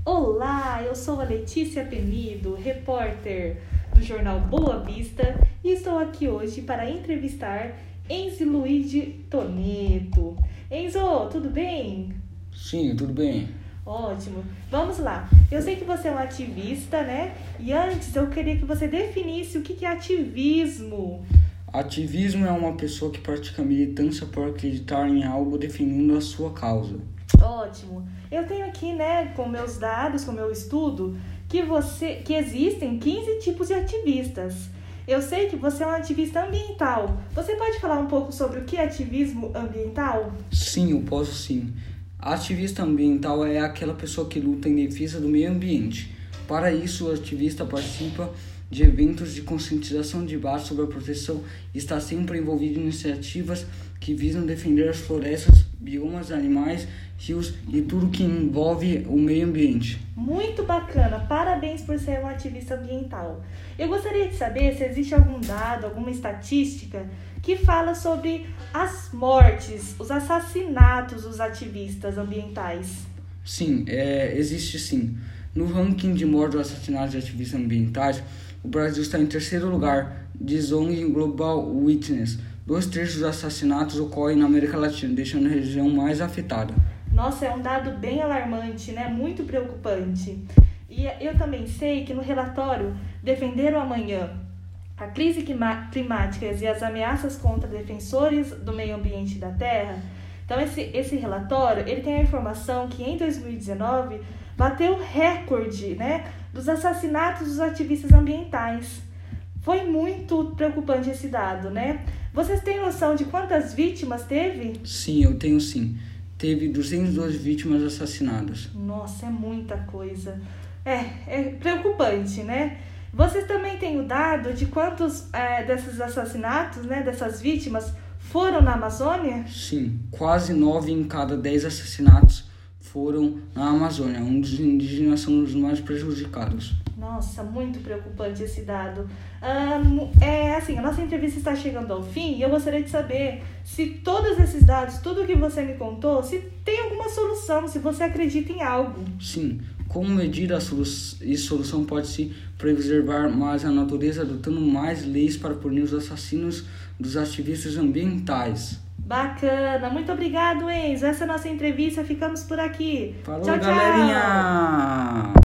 Olá, eu sou a Letícia Penido, repórter do jornal Boa Vista, e estou aqui hoje para entrevistar Enzo Luigi Toneto. Enzo, tudo bem? Sim, tudo bem. Ótimo. Vamos lá. Eu sei que você é um ativista, né? E antes eu queria que você definisse o que é ativismo. Ativismo é uma pessoa que pratica militância por acreditar em algo definindo a sua causa. Ótimo. Eu tenho aqui, né, com meus dados, com meu estudo, que existem 15 tipos de ativistas. Eu sei que você é um ativista ambiental. Você pode falar um pouco sobre o que é ativismo ambiental? Sim, eu posso sim. Ativista ambiental é aquela pessoa que luta em defesa do meio ambiente. Para isso, o ativista participa de eventos de conscientização e debate sobre a proteção e está sempre envolvido em iniciativas que visam defender as florestas, biomas, animais, rios e tudo que envolve o meio ambiente. Muito bacana, parabéns por ser um ativista ambiental. Eu gostaria de saber se existe algum dado, alguma estatística que fala sobre as mortes, os assassinatos dos ativistas ambientais. Sim, existe sim. No ranking de mortes ou assassinatos de ativistas ambientais, o Brasil está em terceiro lugar, diz ONG Global Witness. 2/3 dos assassinatos ocorrem na América Latina, deixando a região mais afetada. Nossa, é um dado bem alarmante, né? Muito preocupante. E eu também sei que no relatório Defender o Amanhã, a crise climática e as ameaças contra defensores do meio ambiente e da terra, então esse relatório ele tem a informação que em 2019 bateu recorde, né, dos assassinatos dos ativistas ambientais. Foi muito preocupante esse dado, né? Vocês têm noção de quantas vítimas teve? Sim, eu tenho sim. Teve 212 vítimas assassinadas. Nossa, é muita coisa. É preocupante, né? Vocês também têm o dado de quantos desses assassinatos, né, dessas vítimas, foram na Amazônia? Sim, quase 9 em cada 10 assassinatos foram na Amazônia, onde os indígenas são os mais prejudicados. Nossa, muito preocupante esse dado. A nossa entrevista está chegando ao fim e eu gostaria de saber se todos esses dados, tudo que você me contou, se tem alguma solução, se você acredita em algo. Sim, como medir a solução pode-se preservar mais a natureza, adotando mais leis para punir os assassinos dos ativistas ambientais. Bacana, muito obrigado, Enzo. Essa é a nossa entrevista, ficamos por aqui. Falou, tchau, tchau. galerinha!